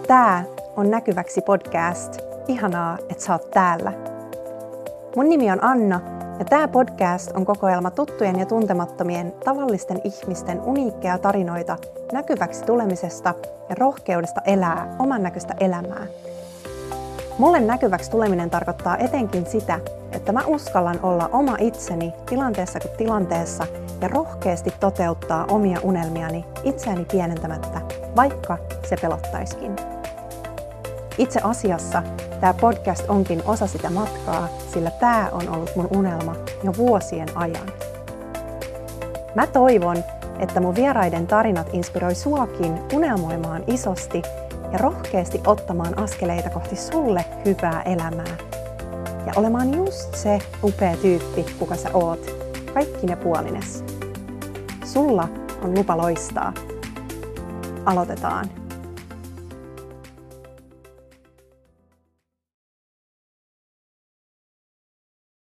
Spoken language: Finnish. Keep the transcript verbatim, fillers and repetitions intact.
Tää on Näkyväksi podcast. Ihanaa, että sä oot täällä. Mun nimi on Anna ja tää podcast on kokoelma tuttujen ja tuntemattomien tavallisten ihmisten uniikkeja tarinoita näkyväksi tulemisesta ja rohkeudesta elää oman näköistä elämää. Mulle näkyväksi tuleminen tarkoittaa etenkin sitä, että mä uskallan olla oma itseni tilanteessa kuin tilanteessa ja rohkeasti toteuttaa omia unelmiani itseäni pienentämättä, vaikka se pelottaisikin. Itse asiassa tämä podcast onkin osa sitä matkaa, sillä tämä on ollut mun unelma jo vuosien ajan. Mä toivon, että mun vieraiden tarinat inspiroi suakin unelmoimaan isosti ja rohkeasti ottamaan askeleita kohti sulle hyvää elämää. Ja olemaan just se upea tyyppi, kuka sä oot, kaikkine puolines. Sulla on lupa loistaa. Aloitetaan.